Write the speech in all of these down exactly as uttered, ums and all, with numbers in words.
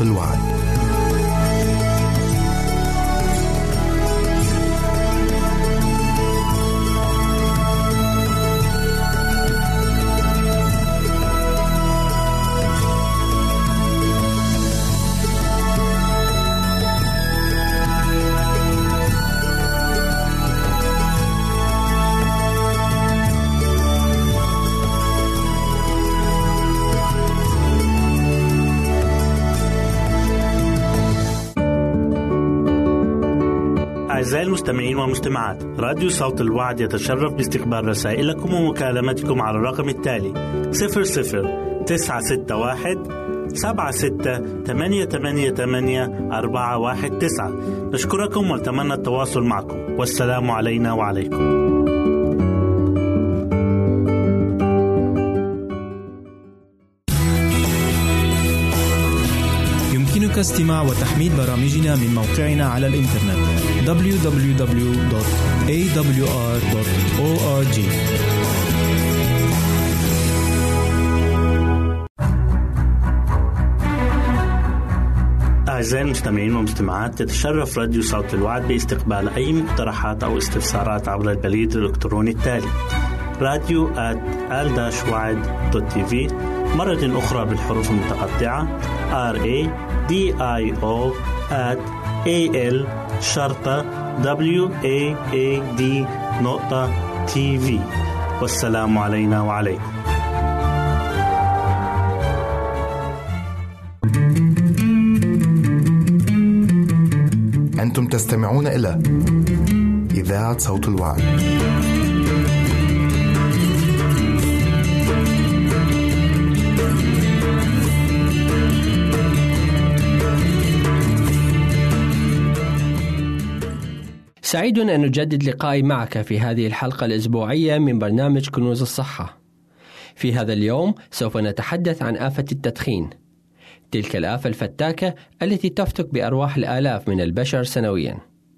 الوعد. أعزائي المستمعين والمستمعات، راديو صوت الوعد يتشرف باستقبال رسائلكم ومكالمتكم على الرقم التالي صفر صفر تسعة ستة واحد سبعة ستة ثمانية ثمانية ثمانية أربعة واحد تسعة. نشكركم ونتمنى التواصل معكم، والسلام علينا وعليكم. يمكنك استماع وتحميل برامجنا من موقعنا على الإنترنت دبليو دبليو دبليو دوت إيه دبليو آر دوت أو آر جي. أعزائي المستمعين والمستمعات، تتشرف راديو صوت الوعد باستقبال أي مقترحات أو استفسارات عبر البريد الإلكتروني التالي راديو آت آل وعد دوت تي في، مرة أخرى بالحروف المتقطعة R A D I O at A L شرطة W A A D نقطة تي في. والسلام علينا وعليكم. أنتم تستمعون إلى إذاعة صوت الوعد. سعيد أن نجدد لقائي معك في هذه الحلقة الأسبوعية من برنامج كنوز الصحة. في هذا اليوم سوف نتحدث عن آفة التدخين، تلك الآفة الفتاكة التي تفتك بأرواح الآلاف من البشر سنويا.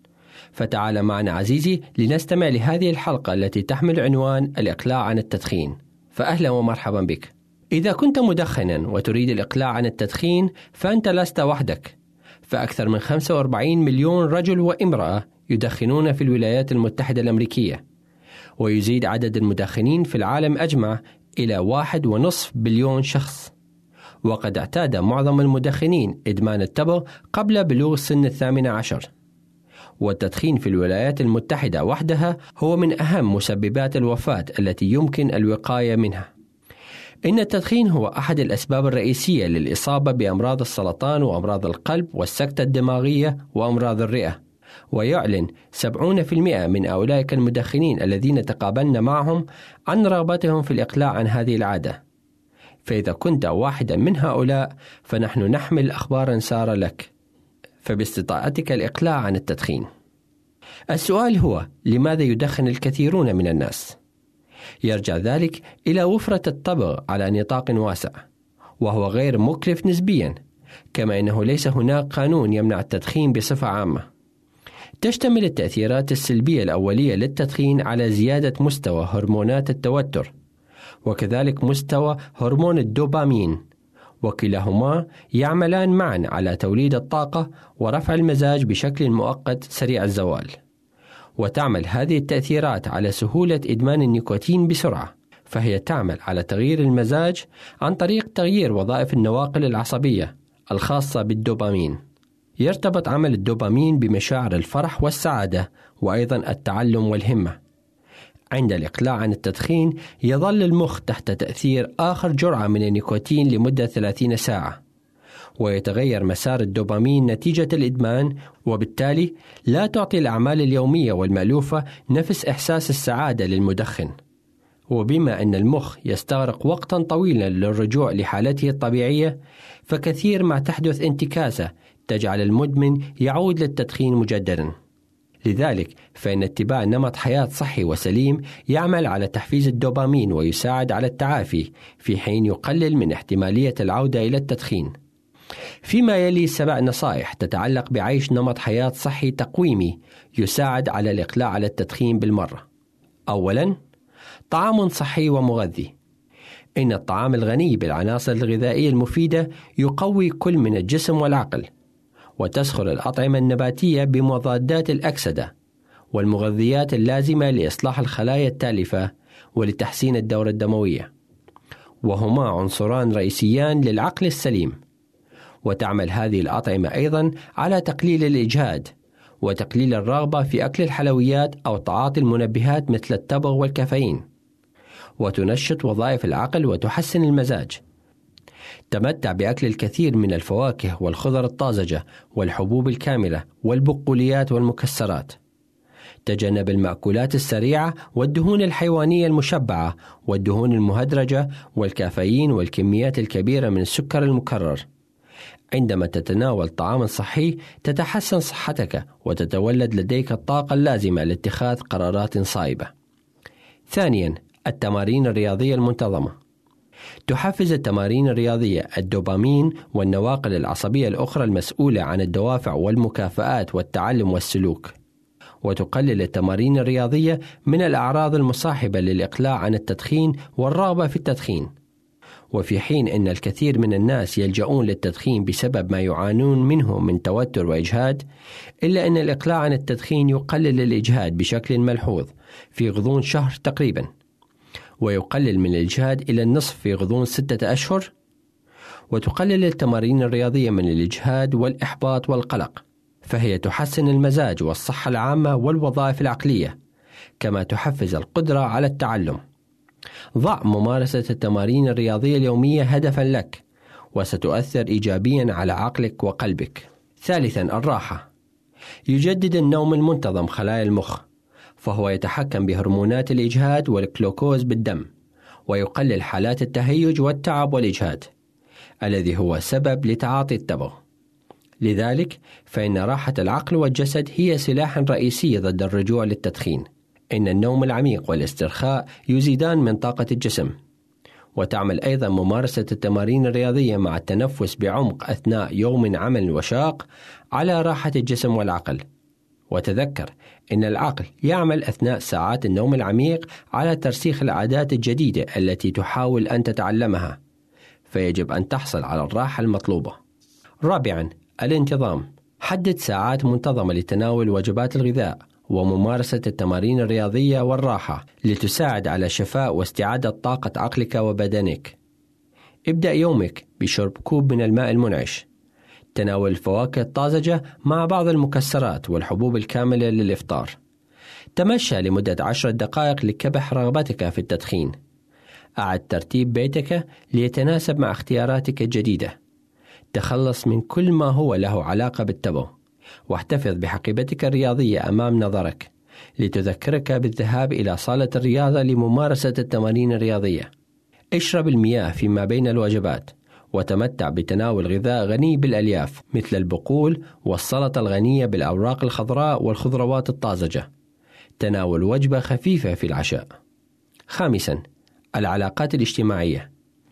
فتعال معنا عزيزي لنستمع لهذه الحلقة التي تحمل عنوان الإقلاع عن التدخين. فأهلا ومرحبا بك. إذا كنت مدخنا وتريد الإقلاع عن التدخين فأنت لست وحدك، فأكثر من خمسة وأربعين مليون رجل وامرأة يدخنون في الولايات المتحدة الأمريكية، ويزيد عدد المدخنين في العالم أجمع إلى واحد ونصف بليون شخص. وقد اعتاد معظم المدخنين إدمان التبغ قبل بلوغ سن الثامنة عشر. والتدخين في الولايات المتحدة وحدها هو من أهم مسببات الوفاة التي يمكن الوقاية منها. إن التدخين هو أحد الأسباب الرئيسية للإصابة بأمراض السرطان وأمراض القلب والسكتة الدماغية وأمراض الرئة. ويعلن سبعين بالمئة من أولئك المدخنين الذين تقابلنا معهم عن رغبتهم في الإقلاع عن هذه العادة. فإذا كنت واحدا من هؤلاء فنحن نحمل أخبارا سارة لك، فباستطاعتك الإقلاع عن التدخين. السؤال هو: لماذا يدخن الكثيرون من الناس؟ يرجع ذلك إلى وفرة التبغ على نطاق واسع، وهو غير مكلف نسبيا، كما أنه ليس هناك قانون يمنع التدخين بصفة عامة. تشتمل التأثيرات السلبية الأولية للتدخين على زيادة مستوى هرمونات التوتر، وكذلك مستوى هرمون الدوبامين، وكلاهما يعملان معا على توليد الطاقة ورفع المزاج بشكل مؤقت سريع الزوال. وتعمل هذه التأثيرات على سهولة إدمان النيكوتين بسرعة، فهي تعمل على تغيير المزاج عن طريق تغيير وظائف النواقل العصبية الخاصة بالدوبامين. يرتبط عمل الدوبامين بمشاعر الفرح والسعادة وأيضا التعلم والهمة. عند الإقلاع عن التدخين يظل المخ تحت تأثير آخر جرعة من النيكوتين لمدة ثلاثين ساعة، ويتغير مسار الدوبامين نتيجة الإدمان، وبالتالي لا تعطي الأعمال اليومية والمألوفة نفس إحساس السعادة للمدخن. وبما أن المخ يستغرق وقتا طويلا للرجوع لحالته الطبيعية، فكثير ما تحدث انتكاسة تجعل المدمن يعود للتدخين مجددا. لذلك فإن اتباع نمط حياة صحي وسليم يعمل على تحفيز الدوبامين ويساعد على التعافي، في حين يقلل من احتمالية العودة إلى التدخين. فيما يلي سبع نصائح تتعلق بعيش نمط حياة صحي تقويمي يساعد على الإقلاع على التدخين بالمرة. أولا، طعام صحي ومغذي. إن الطعام الغني بالعناصر الغذائية المفيدة يقوي كل من الجسم والعقل، وتسخر الأطعمة النباتية بمضادات الأكسدة والمغذيات اللازمة لإصلاح الخلايا التالفة ولتحسين الدورة الدموية، وهما عنصران رئيسيان للعقل السليم. وتعمل هذه الأطعمة أيضا على تقليل الإجهاد وتقليل الرغبة في أكل الحلويات أو تعاطي المنبهات مثل التبغ والكافيين، وتنشط وظائف العقل وتحسن المزاج. تمتع بأكل الكثير من الفواكه والخضر الطازجة والحبوب الكاملة والبقوليات والمكسرات. تجنب المأكولات السريعة والدهون الحيوانية المشبعة والدهون المهدرجة والكافيين والكميات الكبيرة من السكر المكرر. عندما تتناول طعاما صحي تتحسن صحتك وتتولد لديك الطاقة اللازمة لاتخاذ قرارات صائبة. ثانيا، التمارين الرياضية المنتظمة. تحفز التمارين الرياضية الدوبامين والنواقل العصبية الأخرى المسؤولة عن الدوافع والمكافآت والتعلم والسلوك، وتقلل التمارين الرياضية من الأعراض المصاحبة للإقلاع عن التدخين والرغبة في التدخين. وفي حين أن الكثير من الناس يلجؤون للتدخين بسبب ما يعانون منه من توتر وإجهاد، إلا أن الإقلاع عن التدخين يقلل الإجهاد بشكل ملحوظ في غضون شهر تقريبا، ويقلل من الإجهاد إلى النصف في غضون ستة أشهر. وتقلل التمارين الرياضية من الإجهاد والإحباط والقلق، فهي تحسن المزاج والصحة العامة والوظائف العقلية، كما تحفز القدرة على التعلم. ضع ممارسة التمارين الرياضية اليومية هدفا لك، وستؤثر إيجابيا على عقلك وقلبك. ثالثا، الراحة. يجدد النوم المنتظم خلايا المخ، فهو يتحكم بهرمونات الإجهاد والجلوكوز بالدم، ويقلل حالات التهيج والتعب والإجهاد الذي هو سبب لتعاطي التبغ. لذلك فإن راحة العقل والجسد هي سلاح رئيسي ضد الرجوع للتدخين. إن النوم العميق والاسترخاء يزيدان من طاقة الجسم. وتعمل أيضا ممارسة التمارين الرياضية مع التنفس بعمق أثناء يوم عمل وشاق على راحة الجسم والعقل. وتذكر إن العقل يعمل أثناء ساعات النوم العميق على ترسيخ العادات الجديدة التي تحاول أن تتعلمها، فيجب أن تحصل على الراحة المطلوبة. رابعا، الانتظام. حدد ساعات منتظمة لتناول وجبات الغذاء وممارسة التمارين الرياضية والراحة لتساعد على شفاء واستعادة طاقة عقلك وبدنك. ابدأ يومك بشرب كوب من الماء المنعش. تناول الفواكه الطازجة مع بعض المكسرات والحبوب الكاملة للإفطار. تمشى لمدة عشر دقائق لكبح رغبتك في التدخين. أعد ترتيب بيتك ليتناسب مع اختياراتك الجديدة. تخلص من كل ما هو له علاقة بالتبغ، واحتفظ بحقيبتك الرياضية أمام نظرك لتذكرك بالذهاب إلى صالة الرياضة لممارسة التمارين الرياضية. اشرب المياه فيما بين الوجبات، وتمتع بتناول غذاء غني بالألياف مثل البقول والسلطة الغنية بالأوراق الخضراء والخضروات الطازجة. تناول وجبة خفيفة في العشاء. خامسا، العلاقات الاجتماعية.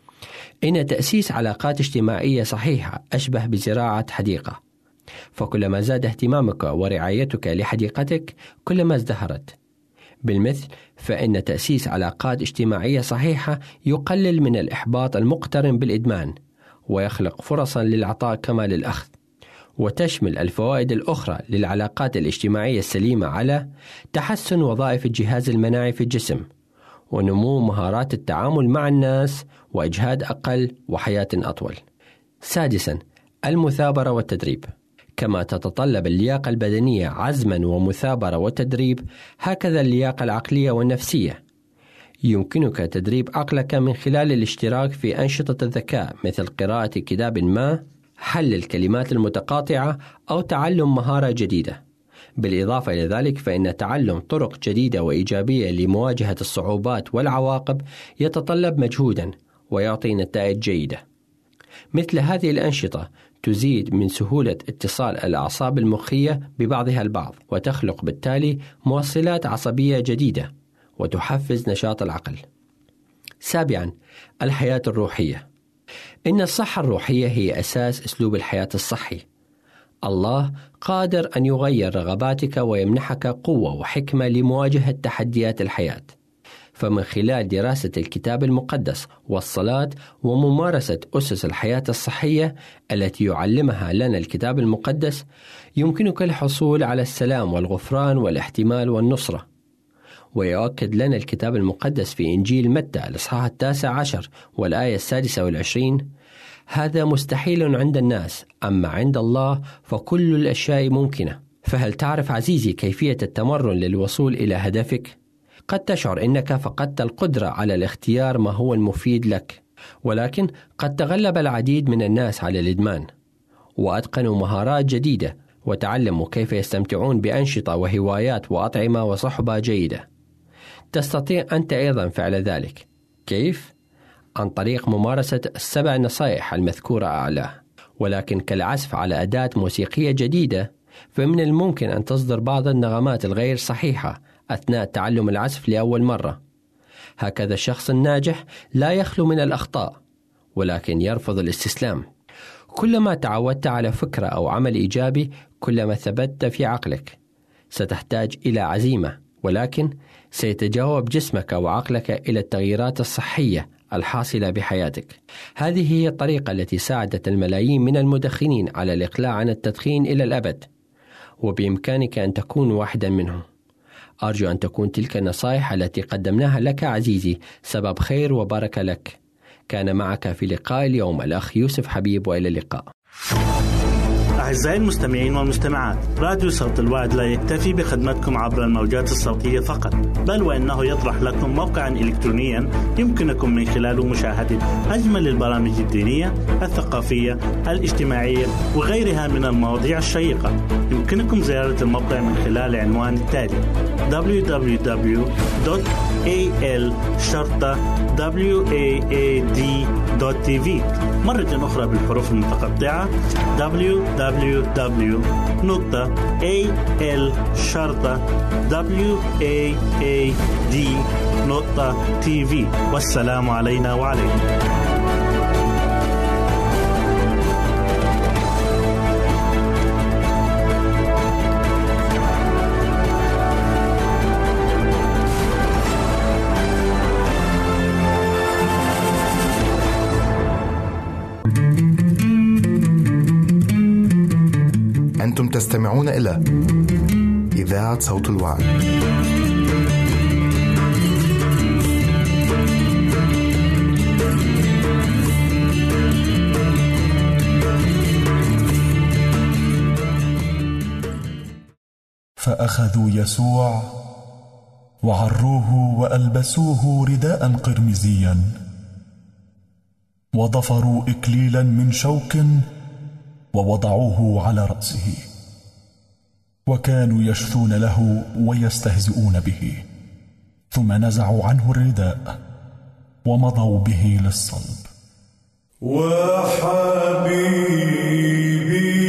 إن تأسيس علاقات اجتماعية صحيحة أشبه بزراعة حديقة، فكلما زاد اهتمامك ورعايتك لحديقتك كلما ازدهرت. بالمثل فإن تأسيس علاقات اجتماعية صحيحة يقلل من الإحباط المقترن بالإدمان، ويخلق فرصا للعطاء كما للأخذ. وتشمل الفوائد الأخرى للعلاقات الاجتماعية السليمة على تحسن وظائف الجهاز المناعي في الجسم، ونمو مهارات التعامل مع الناس، وإجهاد أقل وحياة أطول. سادسا، المثابرة والتدريب. كما تتطلب اللياقة البدنية عزما ومثابرة وتدريب، هكذا اللياقة العقلية والنفسية. يمكنك تدريب عقلك من خلال الاشتراك في أنشطة الذكاء مثل قراءة كتاب ما، حل الكلمات المتقاطعة، أو تعلم مهارة جديدة. بالإضافة إلى ذلك فإن تعلم طرق جديدة وإيجابية لمواجهة الصعوبات والعواقب يتطلب مجهودا ويعطي نتائج جيدة. مثل هذه الأنشطة تزيد من سهولة اتصال الأعصاب المخية ببعضها البعض، وتخلق بالتالي موصلات عصبية جديدة، وتحفز نشاط العقل. سابعا، الحياة الروحية. إن الصحة الروحية هي أساس أسلوب الحياة الصحي. الله قادر أن يغير رغباتك ويمنحك قوة وحكمة لمواجهة تحديات الحياة. فمن خلال دراسة الكتاب المقدس والصلاة وممارسة أسس الحياة الصحية التي يعلمها لنا الكتاب المقدس يمكنك الحصول على السلام والغفران والاحتمال والنصرة. ويؤكد لنا الكتاب المقدس في إنجيل متى الإصحاح التاسع عشر والآية السادسة والعشرين: هذا مستحيل عند الناس، أما عند الله فكل الأشياء ممكنة. فهل تعرف عزيزي كيفية التمرن للوصول إلى هدفك؟ قد تشعر أنك فقدت القدرة على الاختيار ما هو المفيد لك، ولكن قد تغلب العديد من الناس على الإدمان وأتقنوا مهارات جديدة وتعلموا كيف يستمتعون بأنشطة وهوايات وأطعمة وصحبة جيدة. تستطيع أنت أيضا فعل ذلك. كيف؟ عن طريق ممارسة السبع نصائح المذكورة أعلى. ولكن كالعزف على أداة موسيقية جديدة، فمن الممكن أن تصدر بعض النغمات الغير صحيحة أثناء تعلم العزف لأول مرة. هكذا الشخص الناجح لا يخلو من الأخطاء، ولكن يرفض الاستسلام. كلما تعودت على فكرة أو عمل إيجابي، كلما ثبت في عقلك. ستحتاج إلى عزيمة، ولكن سيتجاوب جسمك وعقلك إلى التغييرات الصحية الحاصلة بحياتك. هذه هي الطريقة التي ساعدت الملايين من المدخنين على الإقلاع عن التدخين إلى الأبد، وبإمكانك أن تكون واحدا منهم. أرجو أن تكون تلك النصائح التي قدمناها لك عزيزي سبب خير وبركة لك. كان معك في لقاء اليوم الأخ يوسف حبيب، وإلى اللقاء. أعزائي المستمعين والمستمعات، راديو صوت الوعد لا يكتفي بخدمتكم عبر الموجات الصوتية فقط، بل وإنه يطرح لكم موقعا إلكترونيا يمكنكم من خلاله مشاهدة أجمل البرامج الدينية، الثقافية، الاجتماعية وغيرها من المواضيع الشيقة. يمكنكم زيارة الموقع من خلال العنوان التالي: دبليو دبليو دبليو دوت إيه إل شرطة واد دوت تي في. مرة أخرى بالحروف المتقطعة: دبليو دبليو دبليو دوت إيه إل شرطة واد دوت تي في. والسلام علينا وعليكم. أنتم تستمعون إلى إذاعة صوت الوعد. فأخذوا يسوع وعروه وألبسوه رداء قرمزيا، وضفروا إكليلا من شوك ووضعوه على رأسه، وكانوا يشثون له ويستهزئون به. ثم نزعوا عنه الرداء ومضوا به للصلب. وحبيبي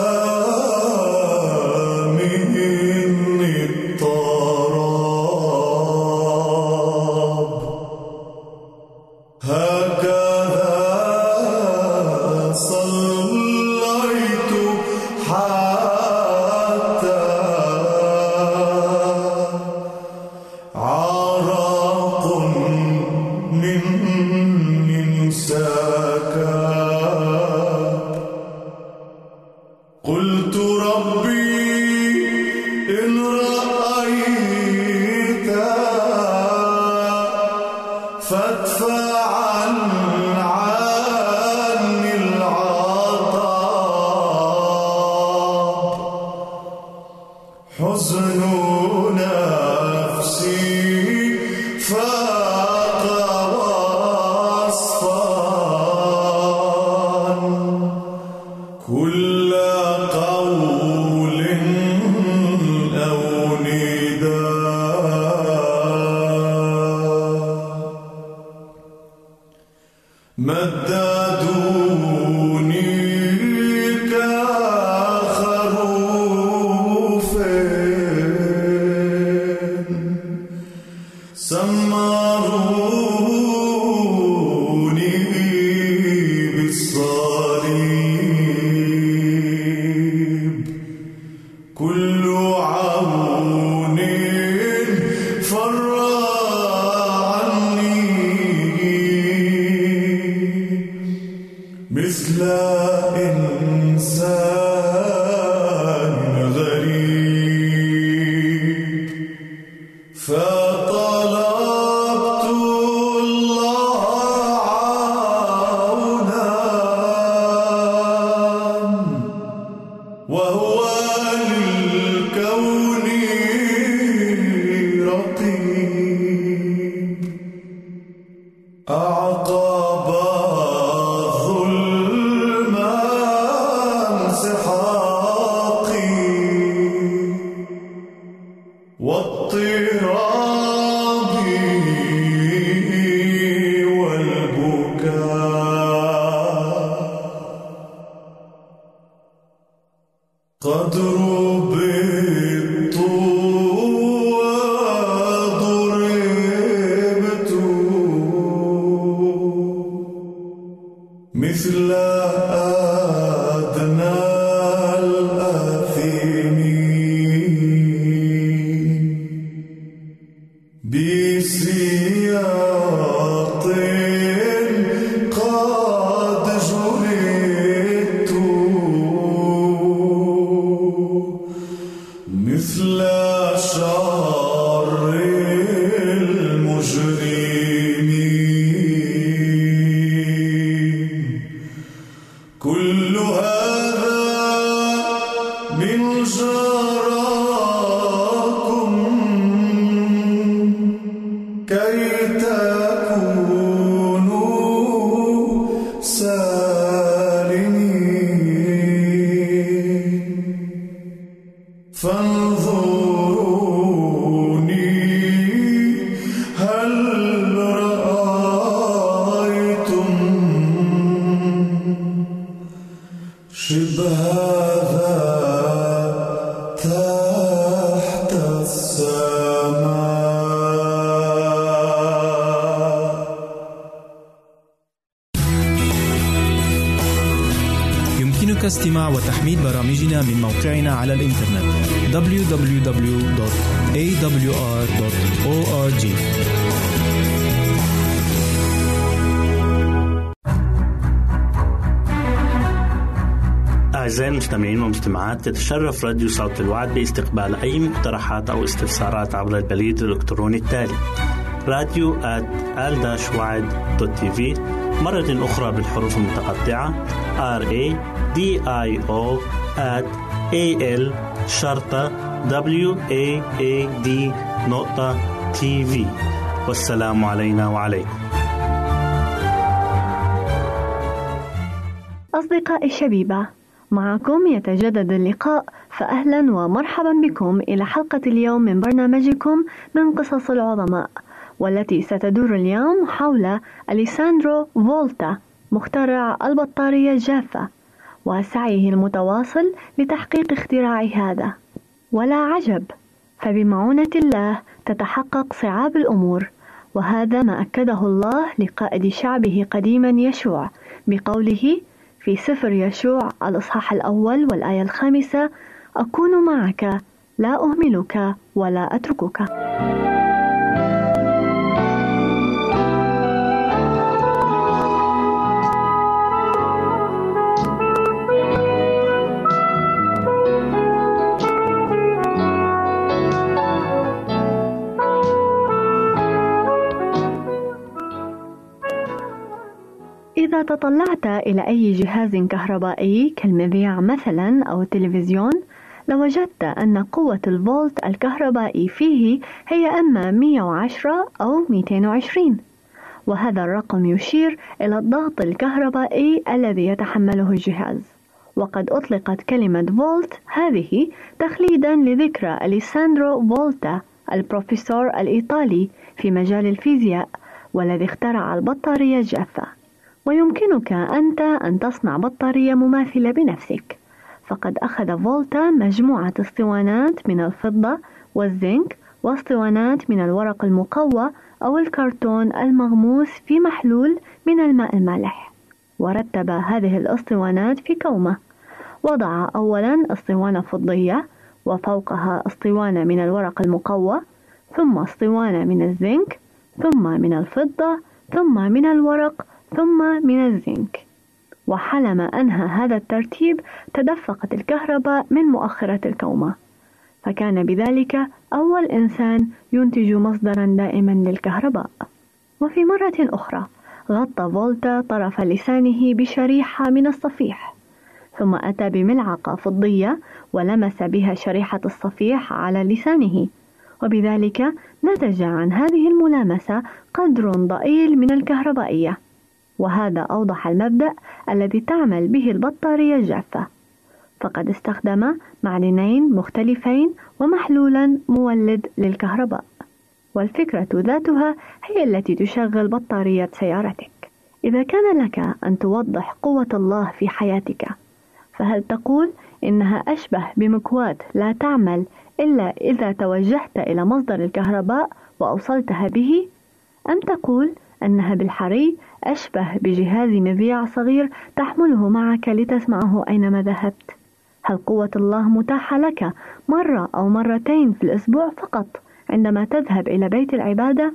والحاشا مني الطراب كل قول أو نداء مددوني كخروف سمروني بالصليب كل عون فر عني مثل إنسان غريب فطلبت الله عونا وهو للكون رقيب أعقب ظلما انسحاقي واضطرابي والبكاء قد ربطت وضربت مثل أدنى الآثمين بسياط قد جلدت مثل شر المجرمين كل هذا من جراكم كي تكونوا سالمين فانظروني هل رأيتم شبه هذا تحت السماء. يمكنك استماع وتحميل برامجنا من موقعنا على الإنترنت دبليو دبليو دبليو دوت إيه دبليو آر دوت أو آر جي. أعزائي المستمعين والمستمعات، تتشرف راديو صوت الوعد باستقبال أي مقترحات أو استفسارات عبر البريد الإلكتروني التالي راديو آت آل داش وعد دوت تي في، مرة أخرى بالحروف المتقطعة آر إيه دي آي أو آت إيه إل شرطة دبليو إيه إيه دي نقطة تي في. والسلام علينا وعليكم. أصدقائي الشبيبة، معكم يتجدد اللقاء، فأهلا ومرحبا بكم إلى حلقة اليوم من برنامجكم من قصص العظماء، والتي ستدور اليوم حول أليساندرو فولتا، مخترع البطارية الجافة وسعيه المتواصل لتحقيق اختراع هذا. ولا عجب، فبمعونة الله تتحقق صعاب الأمور، وهذا ما أكده الله لقائد شعبه قديما يشوع بقوله في سفر يشوع الإصحاح الأول والآية الخامسة: أكون معك لا أهملك ولا أتركك. إذا تطلعت إلى أي جهاز كهربائي كالمذياع مثلا أو التلفزيون، لوجدت أن قوة الفولت الكهربائي فيه هي إما مئة وعشرة أو مئتين وعشرين، وهذا الرقم يشير إلى الضغط الكهربائي الذي يتحمله الجهاز. وقد أطلقت كلمة فولت هذه تخليدا لذكرى أليساندرو فولتا البروفيسور الإيطالي في مجال الفيزياء والذي اخترع البطارية الجافة. ويمكنك أنت أن تصنع بطارية مماثلة بنفسك، فقد أخذ فولتا مجموعة اسطوانات من الفضة والزنك واسطوانات من الورق المقوى أو الكرتون المغموس في محلول من الماء المالح، ورتب هذه الاسطوانات في كومة. وضع أولا اسطوانة فضية وفوقها اسطوانة من الورق المقوى، ثم اسطوانة من الزنك، ثم من الفضة، ثم من الورق، ثم من الزنك. وحالما أنهى هذا الترتيب تدفقت الكهرباء من مؤخرة الكومة، فكان بذلك أول إنسان ينتج مصدرا دائما للكهرباء. وفي مرة أخرى غطى فولتا طرف لسانه بشريحة من الصفيح، ثم أتى بملعقة فضية ولمس بها شريحة الصفيح على لسانه، وبذلك نتج عن هذه الملامسة قدر ضئيل من الكهربائية. وهذا أوضح المبدأ الذي تعمل به البطارية الجافة، فقد استخدم معدنين مختلفين ومحلولا مولد للكهرباء، والفكرة ذاتها هي التي تشغل بطارية سيارتك. إذا كان لك أن توضح قوة الله في حياتك، فهل تقول إنها أشبه بمكواة لا تعمل إلا إذا توجهت إلى مصدر الكهرباء وأوصلتها به؟ أم تقول أنها بالحري أشبه بجهاز مذياع صغير تحمله معك لتسمعه أينما ذهبت؟ هل قوة الله متاحة لك مرة أو مرتين في الأسبوع فقط عندما تذهب إلى بيت العبادة؟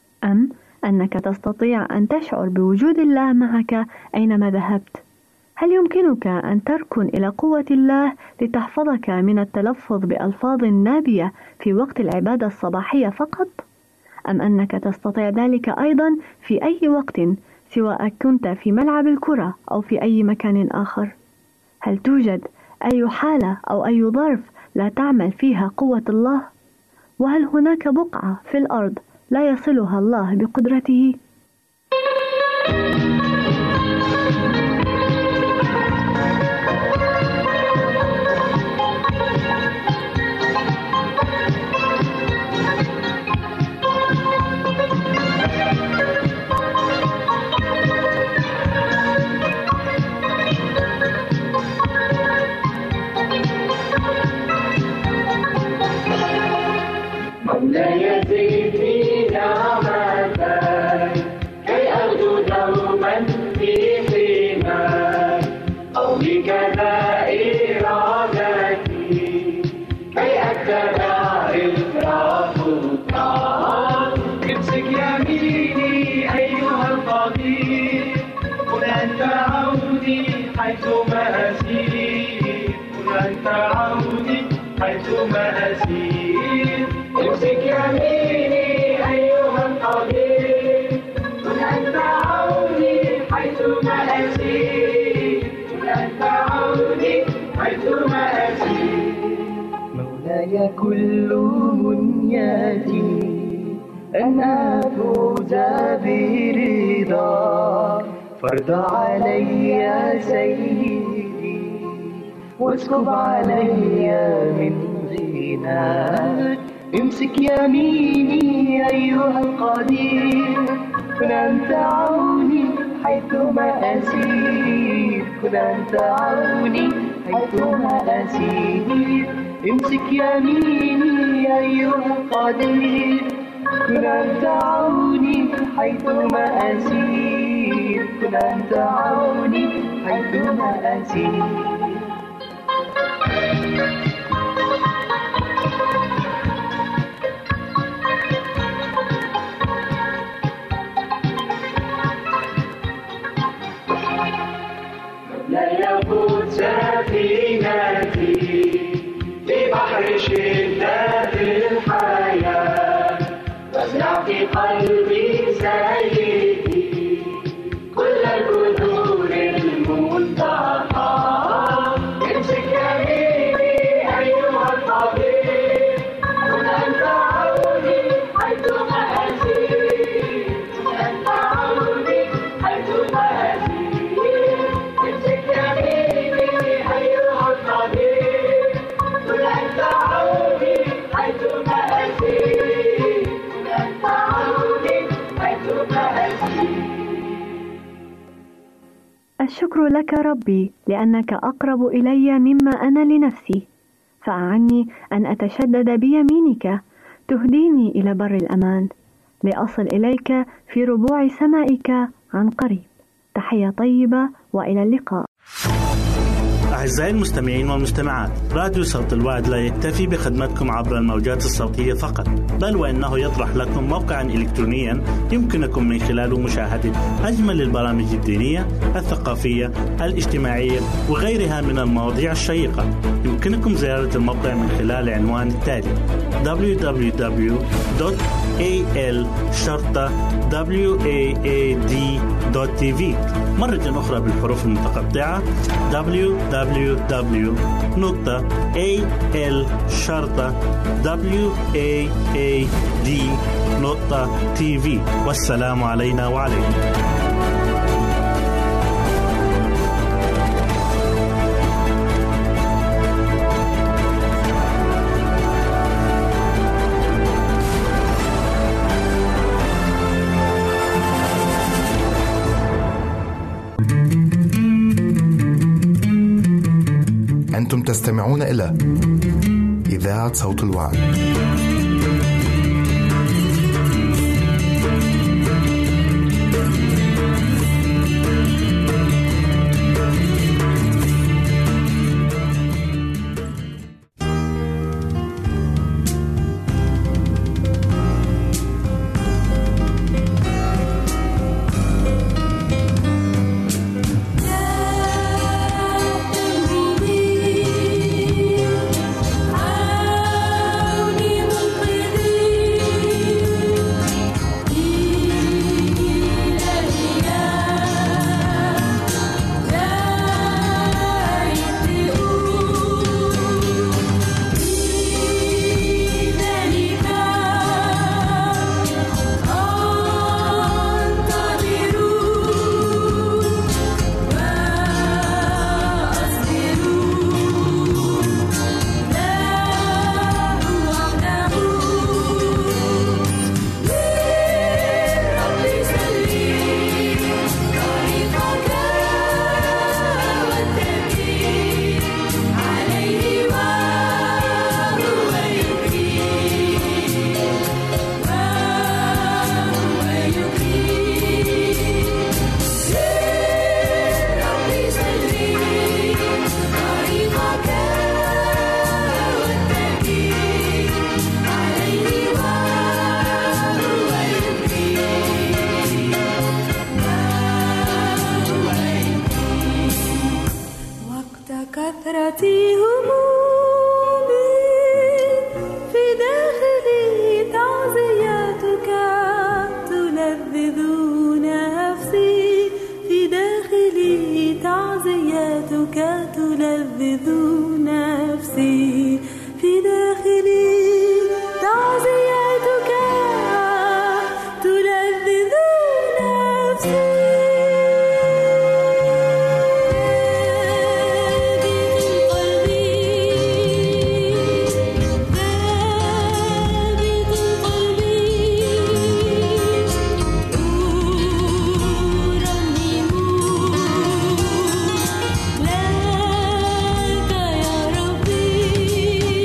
أم أنك تستطيع أن تشعر بوجود الله معك أينما ذهبت؟ هل يمكنك أن تركن إلى قوة الله لتحفظك من التلفظ بألفاظ نابية في وقت العبادة الصباحية فقط؟ أم أنك تستطيع ذلك أيضا في أي وقت سواء كنت في ملعب الكرة أو في أي مكان آخر؟ هل توجد أي حالة أو أي ظرف لا تعمل فيها قوة الله؟ وهل هناك بقعة في الأرض لا يصلها الله بقدرته؟ مولاي زدني نعمتك كي أغدو دوما في حماك، قولي كذا إرادتي كي أتبع الخطى. امسك يميني أيها القدير، كن أنت عوني حيثما أسير، كن أنت عوني حيثما أسير. امسك يميني أيها القدير، كن أنت عوني حيثما أسير، كن أنت عوني حيثما أسير. مولاي كل منياتي أن أفوز برضاك، فرض علي سيدي واسكب علي من غناك. امسك يميني أيها القدير، كن أنت عوني حيثما أسير، كن أنت عوني حيثما أسير. امسك يميني أيها القدير، كن أنت عوني حيثما أسير، كن أنت عوني حيثما أسير. لا يقود سفينتي في بحر شدة الحياة، وازرع في قلبي سيدي كل الجذور المنتقى. امسك يميني أيها الطبيب، كن أنت عوني حيثما أسير، كن أنت عوني حيثما أسير. امسك يميني الشكر لك ربي لأنك أقرب إلي مما أنا لنفسي، فأعني أن أتشدد بيمينك تهديني إلى بر الأمان لأصل إليك في ربوع سمائك عن قريب. تحية طيبة وإلى اللقاء. أعزائي المستمعين والمستمعات، راديو صوت الوعد لا يكتفي بخدمتكم عبر الموجات الصوتية فقط، بل وإنه يطرح لكم موقعا إلكترونيا يمكنكم من خلاله مشاهدة أجمل البرامج الدينية، الثقافية، الاجتماعية وغيرها من المواضيع الشيقة. يمكنكم زيارة الموقع من خلال العنوان التالي دبليو دبليو دبليو دوت إيه إل شرطة واد دوت تي في. مرة أخرى بالحروف المتقطعة دبليو دبليو دبليو دوت إيه إل شرطة واد دوت تي في. والسلام علينا وعليكم. أنتم تستمعون إلى إذاعة صوت الوعد. لك يا ربي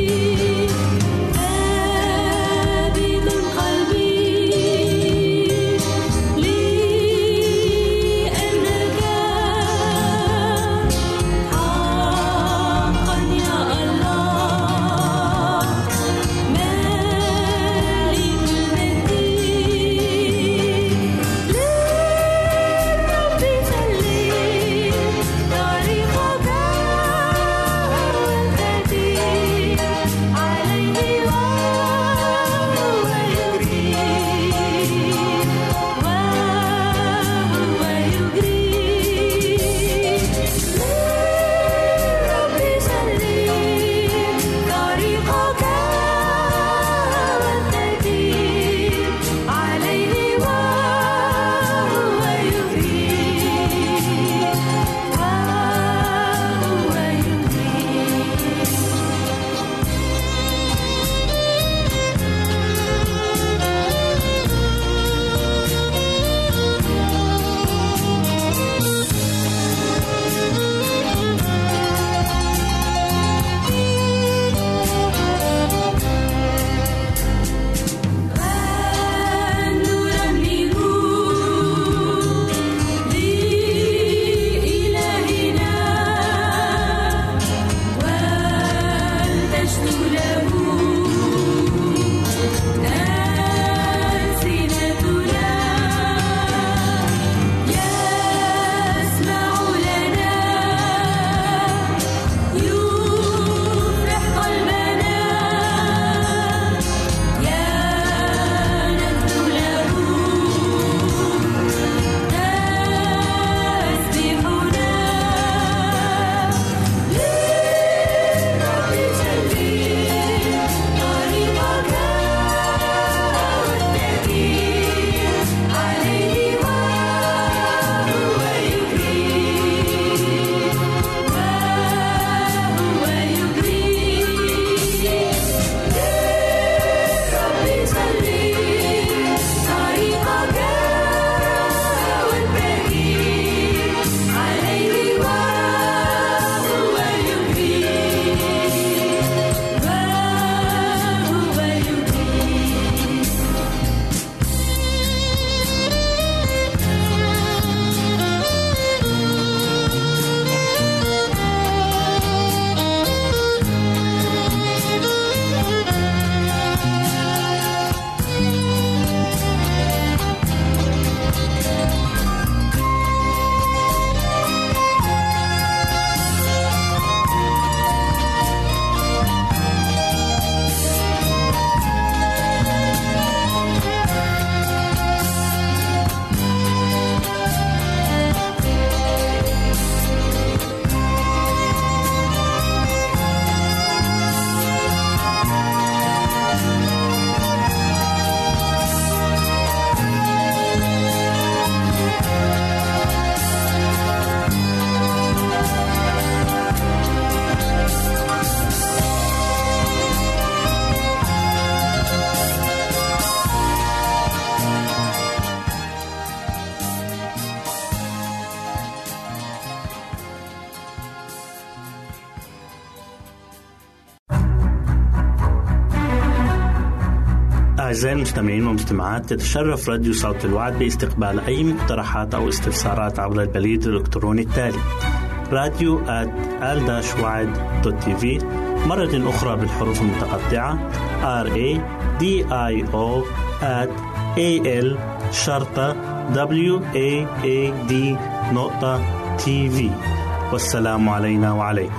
أعزائي المستمعين والمستمعات، تتشرف راديو صوت الوعد باستقبال أي مقترحات أو استفسارات عبر البريد الإلكتروني التالي راديو آت آل داش وعد دوت تي في، مرة أخرى بالحروف المتقطعة R A D I O at A L شرطة W A A D نقطة تي في. والسلام علينا وعليكم.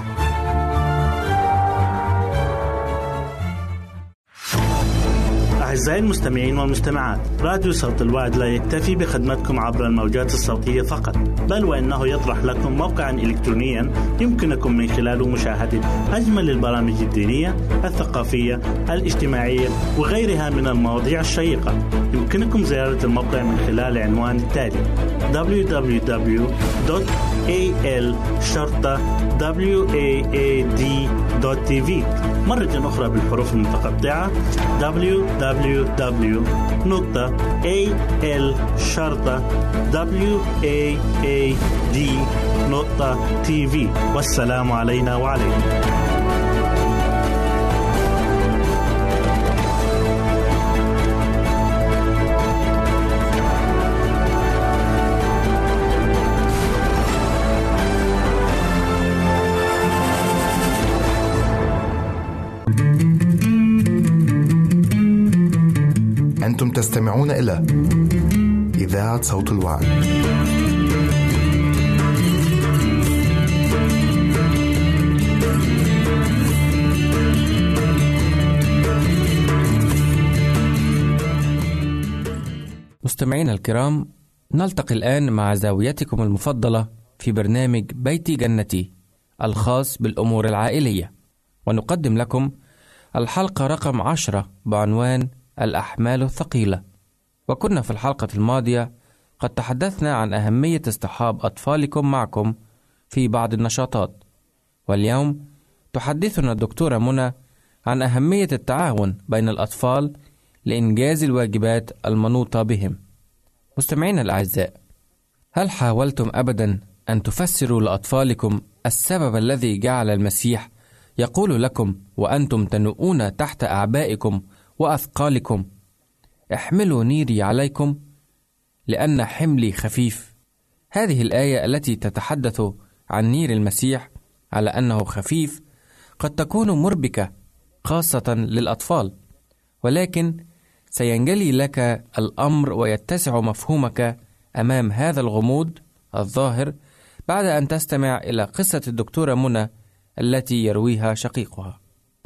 أعزائي المستمعين والمستمعات، راديو صوت الوعد لا يكتفي بخدمتكم عبر الموجات الصوتية فقط، بل وإنه يطرح لكم موقعا إلكترونيا يمكنكم من خلاله مشاهدة أجمل البرامج الدينية، الثقافية، الاجتماعية وغيرها من المواضيع الشيقة. يمكنكم زيارة الموقع من خلال عنوان التالي دبليو دبليو دبليو دوت إيه إل شرطة واد دوت تي في، مرة أخرى بالحروف المتقطعة دبليو دبليو دبليو دوت إيه إل شرطة واد دوت تي في. والسلام علينا وعليكم. أنتم تستمعون إلى إذاعة صوت الوعد. مستمعينا الكرام، نلتقي الآن مع زاويتكم المفضلة في برنامج بيتي جنتي الخاص بالأمور العائلية، ونقدم لكم الحلقة رقم عشرة بعنوان الأحمال الثقيلة. وكنا في الحلقة الماضية قد تحدثنا عن أهمية اصطحاب أطفالكم معكم في بعض النشاطات، واليوم تحدثنا الدكتورة منى عن أهمية التعاون بين الأطفال لإنجاز الواجبات المنوطة بهم. مستمعينا الأعزاء، هل حاولتم أبدا أن تفسروا لأطفالكم السبب الذي جعل المسيح يقول لكم وأنتم تنؤون تحت أعبائكم وأثقالكم: احملوا نيري عليكم لأن حملي خفيف؟ هذه الآية التي تتحدث عن نير المسيح على أنه خفيف قد تكون مربكة خاصة للأطفال، ولكن سينجلي لك الأمر ويتسع مفهومك أمام هذا الغموض الظاهر بعد أن تستمع إلى قصة الدكتورة منى التي يرويها شقيقها.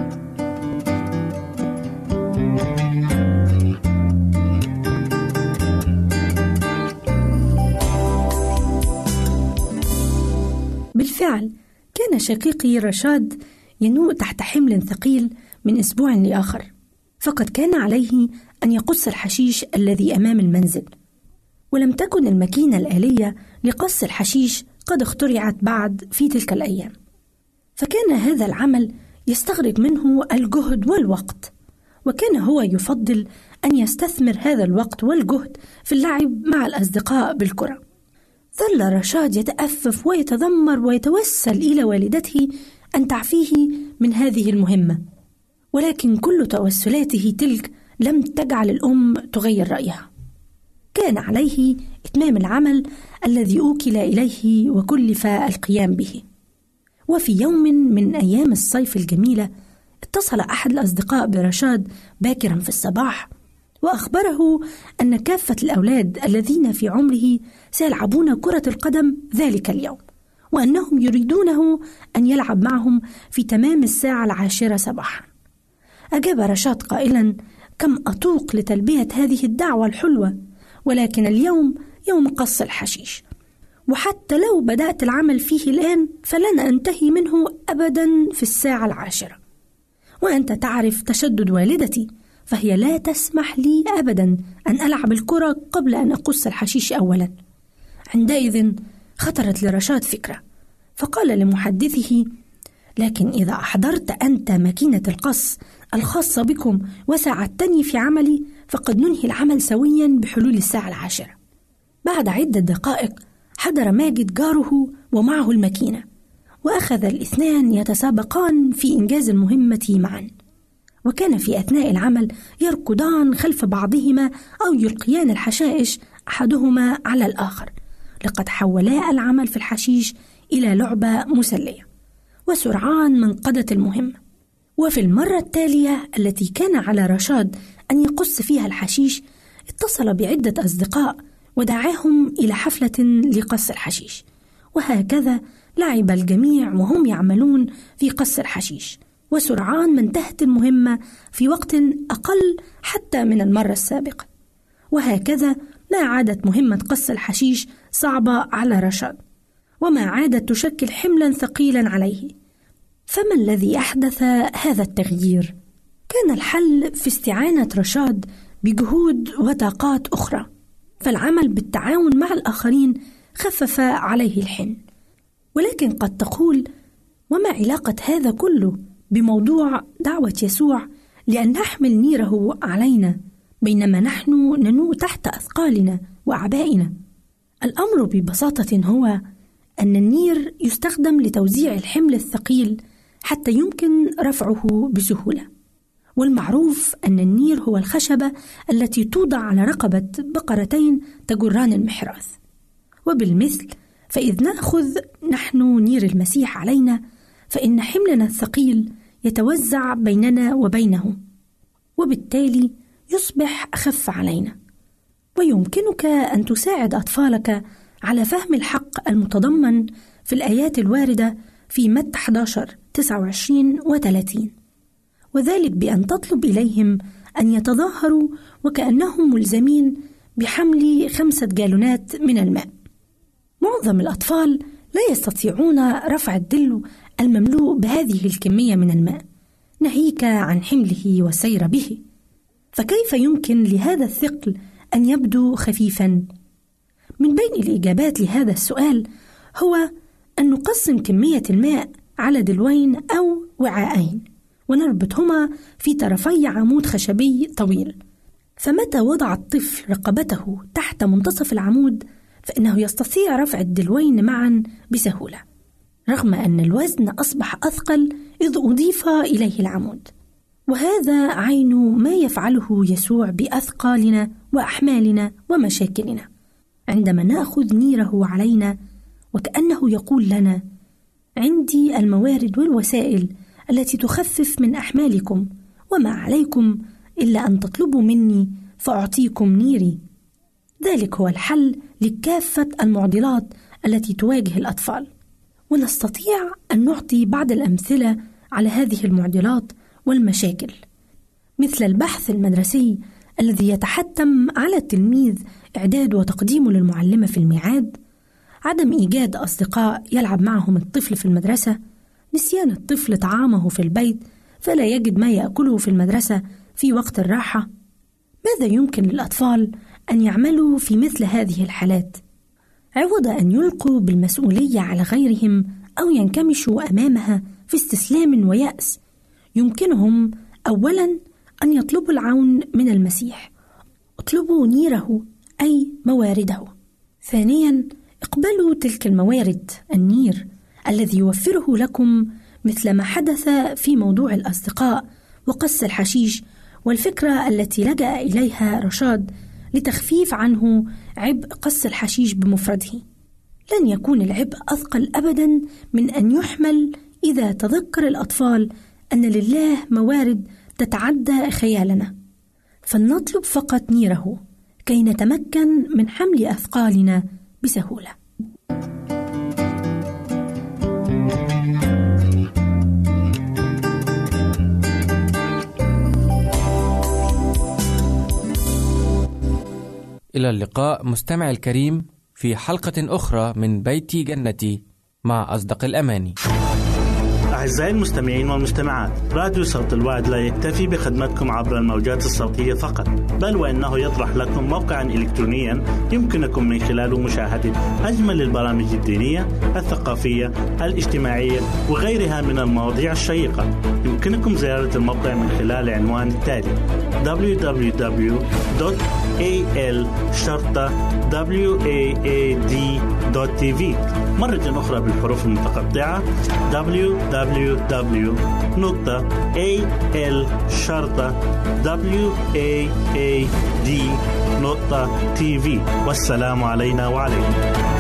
بالفعل كان شقيقي رشاد ينوء تحت حمل ثقيل من أسبوع لآخر، فقد كان عليه أن يقص الحشيش الذي أمام المنزل، ولم تكن الماكينة الآلية لقص الحشيش قد اخترعت بعد في تلك الأيام، فكان هذا العمل يستغرق منه الجهد والوقت، وكان هو يفضل أن يستثمر هذا الوقت والجهد في اللعب مع الأصدقاء بالكرة. ظل رشاد يتأفف ويتذمر ويتوسل إلى والدته أن تعفيه من هذه المهمة، ولكن كل توسلاته تلك لم تجعل الأم تغير رأيها. كان عليه إتمام العمل الذي أوكل إليه وكلف القيام به. وفي يوم من أيام الصيف الجميلة اتصل أحد الأصدقاء برشاد باكرا في الصباح وأخبره أن كافة الأولاد الذين في عمره سيلعبون كرة القدم ذلك اليوم، وأنهم يريدونه أن يلعب معهم في تمام الساعة العاشرة صباحا. أجاب رشاد قائلا: كم أطوق لتلبية هذه الدعوة الحلوة، ولكن اليوم يوم قص الحشيش، وحتى لو بدأت العمل فيه الآن فلن أنتهي منه أبدا في الساعة العاشرة. وأنت تعرف تشدد والدتي، فهي لا تسمح لي أبدا أن ألعب الكرة قبل أن أقص الحشيش أولا. عندئذ خطرت لرشاد فكرة، فقال لمحدثه: لكن إذا أحضرت أنت ماكينة القص الخاصة بكم وساعدتني في عملي فقد ننهي العمل سويا بحلول الساعة العاشرة. بعد عدة دقائق حضر ماجد جاره ومعه الماكينة، وأخذ الاثنان يتسابقان في إنجاز المهمة معا. وكان في أثناء العمل يركضان خلف بعضهما أو يلقيان الحشائش أحدهما على الآخر. لقد حولا العمل في الحشيش إلى لعبة مسلية، وسرعان من قضت المهمة. وفي المرة التالية التي كان على رشاد أن يقص فيها الحشيش، اتصل بعدة أصدقاء ودعاهم إلى حفلة لقص الحشيش، وهكذا لعب الجميع وهم يعملون في قص الحشيش، وسرعان ما انتهت المهمة في وقت أقل حتى من المرة السابقة. وهكذا ما عادت مهمة قص الحشيش صعبة على رشاد، وما عادت تشكل حملا ثقيلا عليه. فما الذي أحدث هذا التغيير؟ كان الحل في استعانة رشاد بجهود وطاقات أخرى، فالعمل بالتعاون مع الآخرين خفف عليه الحمل. ولكن قد تقول: وما علاقة هذا كله بموضوع دعوة يسوع لأن نحمل نيره علينا بينما نحن ننوء تحت أثقالنا وأعبائنا؟ الأمر ببساطة هو أن النير يستخدم لتوزيع الحمل الثقيل حتى يمكن رفعه بسهولة، والمعروف أن النير هو الخشبة التي توضع على رقبة بقرتين تجران المحراث. وبالمثل فإذ نأخذ نحن نير المسيح علينا، فإن حملنا الثقيل يتوزع بيننا وبينه، وبالتالي يصبح أخف علينا. ويمكنك أن تساعد أطفالك على فهم الحق المتضمن في الآيات الواردة في متى أحد عشر تسعة وعشرين وثلاثين، وذلك بأن تطلب إليهم أن يتظاهروا وكأنهم ملزمين بحمل خمسة جالونات من الماء. معظم الأطفال لا يستطيعون رفع الدلو المملوء بهذه الكمية من الماء، ناهيك عن حمله والسير به. فكيف يمكن لهذا الثقل أن يبدو خفيفاً؟ من بين الإجابات لهذا السؤال هو أن نقسم كمية الماء على دلوين أو وعاءين، ونربطهما في طرفي عمود خشبي طويل. فمتى وضع الطفل رقبته تحت منتصف العمود فإنه يستطيع رفع الدلوين معا بسهولة، رغم أن الوزن أصبح أثقل إذ أضيف إليه العمود. وهذا عين ما يفعله يسوع بأثقالنا وأحمالنا ومشاكلنا، عندما نأخذ نيره علينا وكأنه يقول لنا: عندي الموارد والوسائل التي تخفف من أحمالكم، وما عليكم إلا أن تطلبوا مني فأعطيكم نيري. ذلك هو الحل لكافة المعضلات التي تواجه الأطفال. ونستطيع أن نعطي بعض الأمثلة على هذه المعضلات والمشاكل، مثل البحث المدرسي الذي يتحتم على التلميذ إعداد وتقديمه للمعلمة في الميعاد، عدم إيجاد أصدقاء يلعب معهم الطفل في المدرسة، نسيان الطفل طعامه في البيت فلا يجد ما يأكله في المدرسة في وقت الراحة. ماذا يمكن للأطفال أن يعملوا في مثل هذه الحالات؟ عوض أن يلقوا بالمسؤولية على غيرهم أو ينكمشوا أمامها في استسلام ويأس، يمكنهم أولاً أن يطلبوا العون من المسيح. اطلبوا نيره أي موارده. ثانياً اقبلوا تلك الموارد، النير الذي يوفره لكم، مثل ما حدث في موضوع الأصدقاء وقص الحشيش، والفكرة التي لجأ إليها رشاد لتخفيف عنه عبء قص الحشيش بمفرده. لن يكون العبء أثقل أبداً من أن يحمل إذا تذكر الأطفال أن لله موارد تتعدى خيالنا، فلنطلب فقط نيره كي نتمكن من حمل أثقالنا بسهولة. إلى اللقاء مستمع الكريم في حلقة أخرى من بيتي جنتي مع أصدق الأماني. أعزائي المستمعين والمستمعات، راديو صوت الوعد لا يكتفي بخدمتكم عبر الموجات الصوتية فقط، بل وإنه يطرح لكم موقعا إلكترونيا يمكنكم من خلاله مشاهدة أجمل البرامج الدينية، الثقافية، الاجتماعية وغيرها من المواضيع الشيقة. يمكنكم زيارة الموقع من خلال العنوان التالي: دبليو دبليو دبليو دوت إيه إل شرطة واد دوت تي في. مرة أخرى بالحروف المتقطعة: دبليو دبليو دبليو دبليو دوت إيه إل شرطة واد دوت تي في. والسلام علينا وعليكم.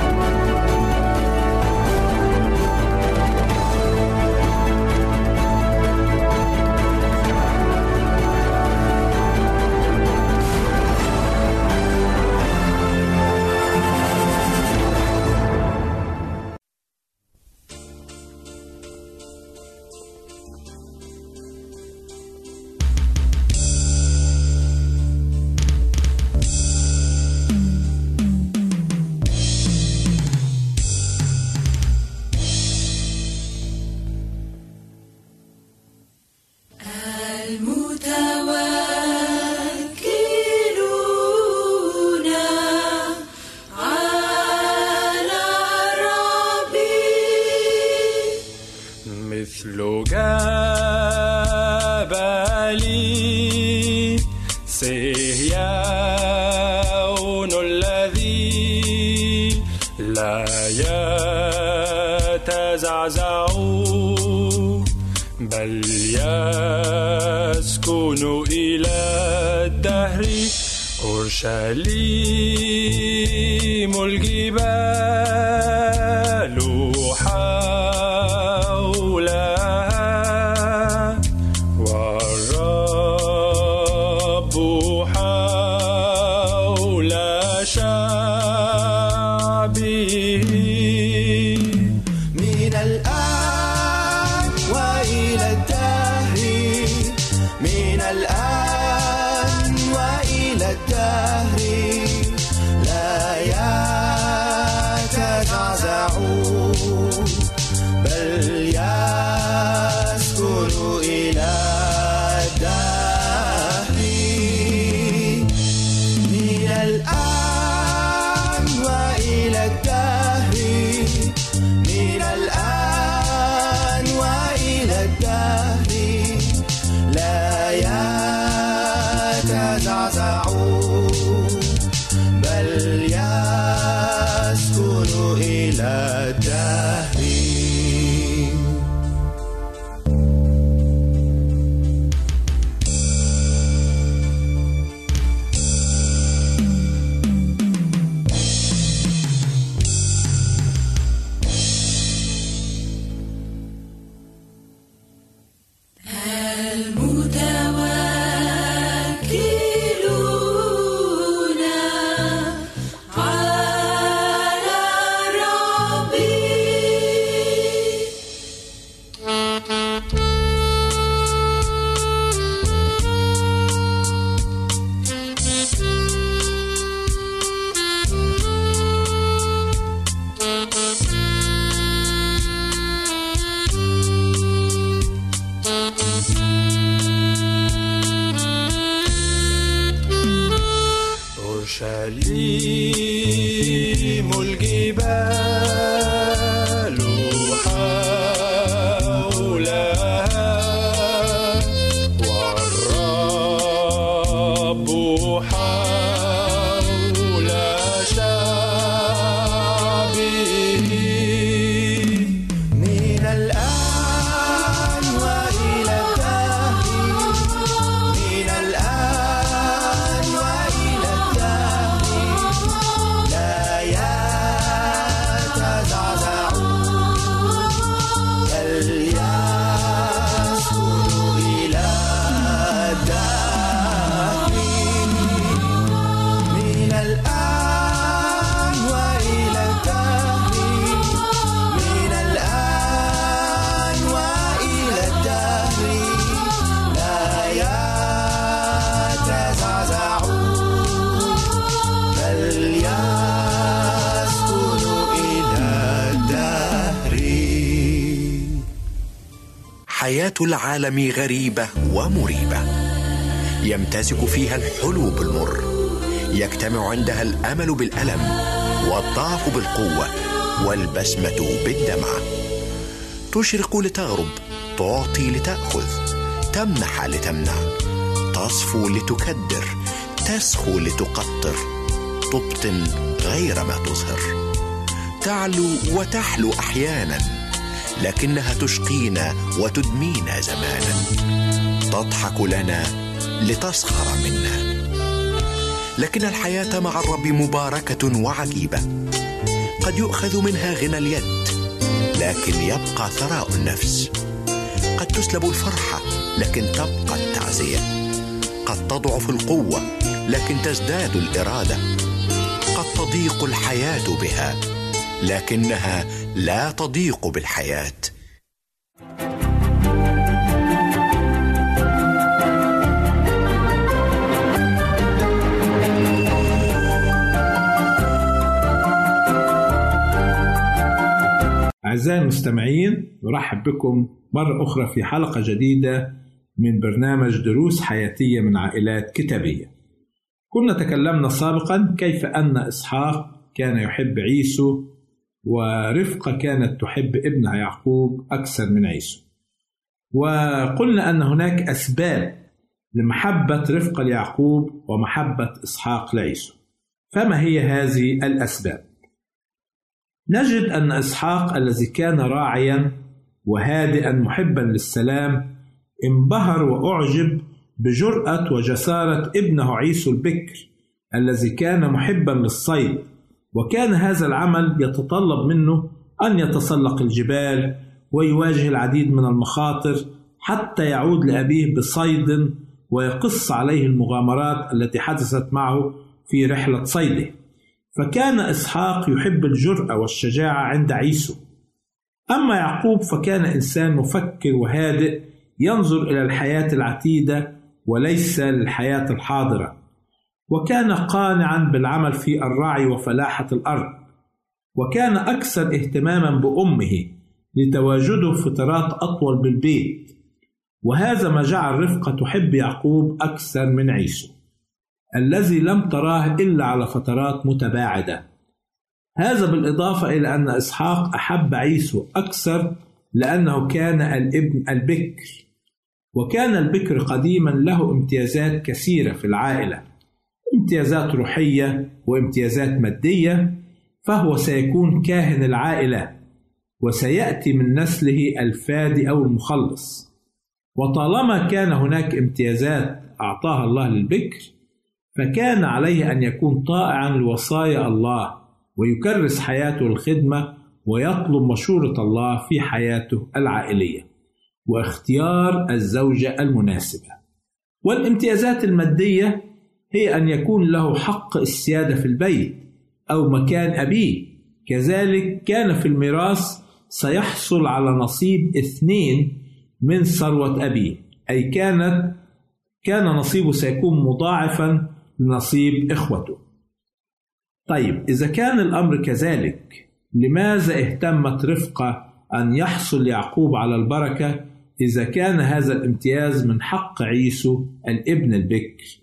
بل يسكن إلى الدهر. أورشليم الجبال حولها والرب حول شعبه. من الآن وإلى الدهر، من الآن وإلى الدهر لا يتزعزعون، بل يسكن إلى الدهر. من الآن وإلى الدهر، من الآن وإلى الدهر لا يتزعزعون، بل يسكن إلى الدهر. أورشليم الجبال حولها والرب حول شعبه. من الآن وإلى الدهر، من الآن وإلى الدهر لا يتزعزعون، بل يسكن إلى الدهر. من الآن وإلى الدهر، من الآن وإلى الدهر لا يتزعزعون، بل يسكن إلى الدهر. حياة العالم غريبة ومريبة، يمتزج فيها الحلو بالمر، يجتمع عندها الأمل بالألم، والضعف بالقوة، والبسمة بالدمع. تشرق لتغرب، تعطي لتأخذ، تمنح لتمنع، تصفو لتكدر، تسخو لتقطر، تبطن غير ما تظهر، تعلو وتحلو أحيانا، لكنها تشقينا وتدمينا زمانا، تضحك لنا لتسخر منا. لكن الحياة مع الرب مباركة وعجيبة، قد يؤخذ منها غنى اليد لكن يبقى ثراء النفس، قد تسلب الفرحة لكن تبقى التعزية، قد تضعف القوة لكن تزداد الإرادة، قد تضيق الحياة بها لكنها لا تضيق بالحياة. أعزائي المستمعين، نرحب بكم مرة أخرى في حلقة جديدة من برنامج دروس حياتية من عائلات كتابية. كنا تكلمنا سابقا كيف أن إسحاق كان يحب عيسو، ورفقة كانت تحب ابنها يعقوب أكثر من عيسو، وقلنا أن هناك أسباب لمحبة رفقة ليعقوب ومحبة إسحاق لعيسو. فما هي هذه الأسباب؟ نجد أن إسحاق الذي كان راعيا وهادئا محبا للسلام انبهر وأعجب بجرأة وجسارة ابنه عيسو البكر الذي كان محبا للصيد، وكان هذا العمل يتطلب منه أن يتسلق الجبال ويواجه العديد من المخاطر حتى يعود لأبيه بصيد ويقص عليه المغامرات التي حدثت معه في رحلة صيده. فكان إسحاق يحب الجرأة والشجاعة عند عيسو. أما يعقوب فكان إنسان مفكر وهادئ ينظر إلى الحياة العتيدة وليس للحياة الحاضرة، وكان قانعا بالعمل في الرعي وفلاحة الأرض، وكان أكثر اهتماما بأمه لتواجده فترات أطول بالبيت، وهذا ما جعل رفقة تحب يعقوب أكثر من عيسو الذي لم تراه إلا على فترات متباعدة. هذا بالإضافة إلى أن إسحاق أحب عيسو أكثر لأنه كان الابن البكر، وكان البكر قديما له امتيازات كثيرة في العائلة، امتيازات روحية وامتيازات مادية، فهو سيكون كاهن العائلة وسيأتي من نسله الفادي أو المخلص. وطالما كان هناك امتيازات أعطاها الله للبكر، فكان عليه أن يكون طائعا لوصايا الله ويكرس حياته الخدمة ويطلب مشورة الله في حياته العائلية واختيار الزوجة المناسبة. والامتيازات المادية هي أن يكون له حق السيادة في البيت أو مكان أبيه، كذلك كان في الميراث سيحصل على نصيب اثنين من ثروة أبيه، أي كانت كان نصيبه سيكون مضاعفا لنصيب إخوته. طيب، إذا كان الأمر كذلك، لماذا اهتمت رفقة أن يحصل يعقوب على البركة إذا كان هذا الامتياز من حق عيسو الابن البكر؟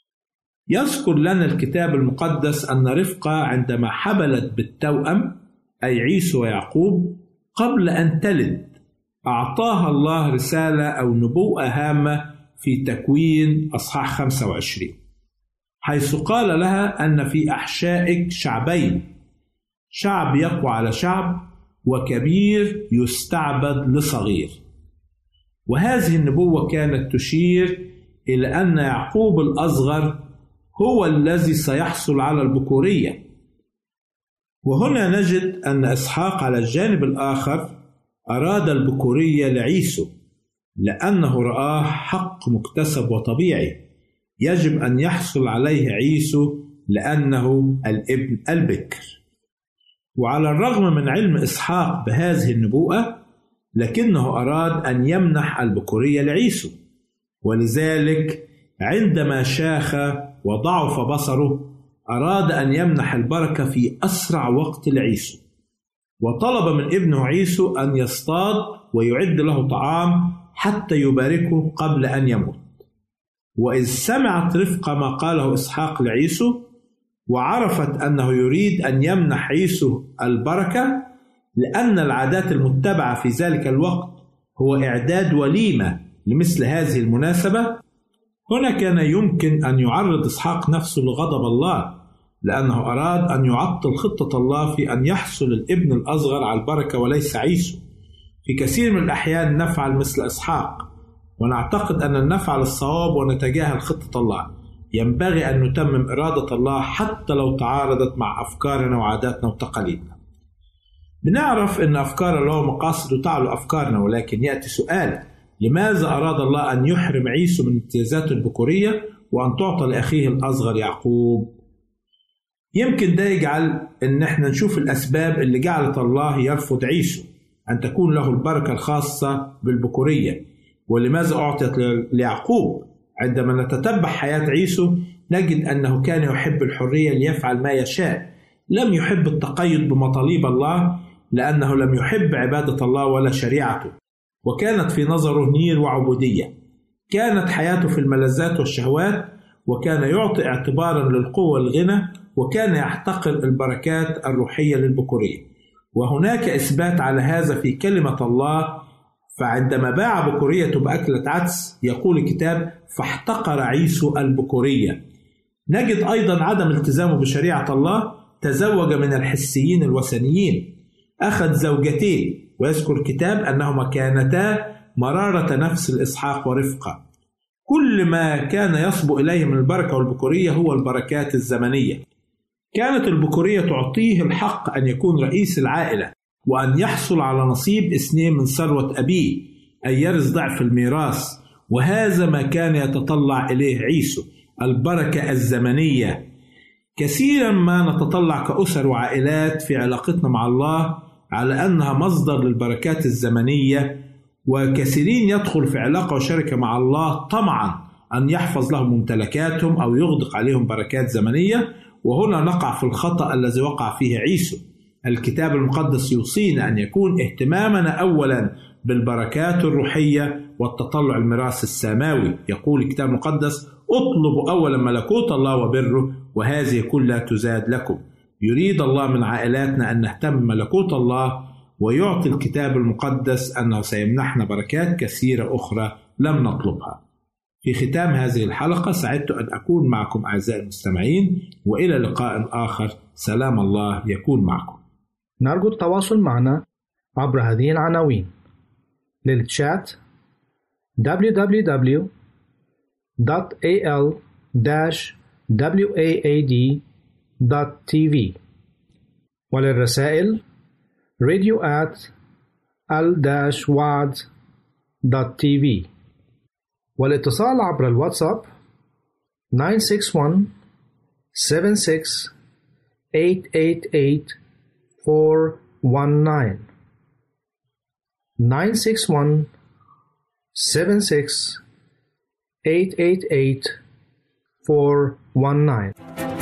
يذكر لنا الكتاب المقدس أن رفقة عندما حبلت بالتوأم أي عيسو ويعقوب قبل أن تلد، أعطاها الله رسالة أو نبوءة هامة في تكوين أصحاح خمسة وعشرين، حيث قال لها أن في أحشائك شعبين، شعب يقوى على شعب وكبير يستعبد لصغير. وهذه النبوة كانت تشير إلى أن يعقوب الأصغر هو الذي سيحصل على البكورية. وهنا نجد أن إسحاق على الجانب الآخر أراد البكورية لعيسو لأنه رآه حق مكتسب وطبيعي يجب أن يحصل عليه عيسو لأنه الابن البكر. وعلى الرغم من علم إسحاق بهذه النبوءة، لكنه أراد أن يمنح البكورية لعيسو، ولذلك عندما شاخ وضعف بصره أراد أن يمنح البركة في أسرع وقت لعيسو، وطلب من ابنه عيسو أن يصطاد ويعد له طعام حتى يباركه قبل أن يموت. وإذ سمعت رفقة ما قاله إسحاق لعيسو وعرفت أنه يريد أن يمنح عيسو البركة، لأن العادات المتبعة في ذلك الوقت هو إعداد وليمة لمثل هذه المناسبة، هنا كان يمكن أن يعرض إسحاق نفسه لغضب الله، لأنه أراد أن يعطل خطة الله في أن يحصل الابن الأصغر على البركة وليس عيسو. في كثير من الأحيان نفعل مثل إسحاق ونعتقد أن نفعل الصواب ونتجاهل خطة الله. ينبغي أن نتمم إرادة الله حتى لو تعارضت مع أفكارنا وعاداتنا وتقاليدنا. بنعرف أن أفكار الله مقاصد تعلو أفكارنا، ولكن يأتي سؤال: لماذا أراد الله أن يحرم عيسو من امتيازاته البكورية وأن تعطى لأخيه الأصغر يعقوب؟ يمكن ده يجعل أن احنا نشوف الأسباب اللي جعلت الله يرفض عيسو أن تكون له البركة الخاصة بالبكورية، ولماذا أعطيت ليعقوب. عندما نتتبع حياة عيسو نجد أنه كان يحب الحرية ليفعل ما يشاء، لم يحب التقيد بمطالب الله لأنه لم يحب عبادة الله ولا شريعته، وكانت في نظره نير وعبودية. كانت حياته في الملذات والشهوات، وكان يعطي اعتبارا للقوة والغنى، وكان يحتقر البركات الروحية للبكورية. وهناك إثبات على هذا في كلمة الله، فعندما باع بكوريته بأكلة عدس يقول الكتاب: فاحتقر عيسو البكورية. نجد أيضا عدم التزامه بشريعة الله، تزوج من الحسيين الوثنيين، أخذ زوجتين، ويذكر الكتاب أنهما كانتا مرارة نفس لإسحاق ورفقة. كل ما كان يصبو إليه من البركة والبكورية هو البركات الزمنية. كانت البكورية تعطيه الحق أن يكون رئيس العائلة، وأن يحصل على نصيب اثنين من ثروة أبيه، أي يرث ضعف الميراث، وهذا ما كان يتطلع إليه عيسو، البركة الزمنية. كثيرا ما نتطلع كأسر وعائلات في علاقتنا مع الله على أنها مصدر للبركات الزمنية، وكثيرين يدخل في علاقة وشركة مع الله طمعا أن يحفظ لهم ممتلكاتهم أو يغدق عليهم بركات زمنية، وهنا نقع في الخطأ الذي وقع فيه عيسو. الكتاب المقدس يوصينا أن يكون اهتمامنا أولا بالبركات الروحية والتطلع الميراث السماوي. يقول الكتاب المقدس: اطلبوا أولا ملكوت الله وبره وهذه كلها تزاد لكم. يريد الله من عائلاتنا أن نهتم بملكوت الله، ويعطي الكتاب المقدس أنه سيمنحنا بركات كثيرة أخرى لم نطلبها. في ختام هذه الحلقة سعدت أن أكون معكم أعزائي المستمعين، وإلى لقاء آخر. سلام الله يكون معكم. نرجو التواصل معنا عبر هذه العناوين: للتشات دبليو دبليو دبليو دوت إيه إل واد دوت تي في، وللرسائل radio at al wad دوت تي في، والاتصال عبر الواتساب nine six one seven six eight eight eight four one nine nine six one seven six eight eight eight four one nine.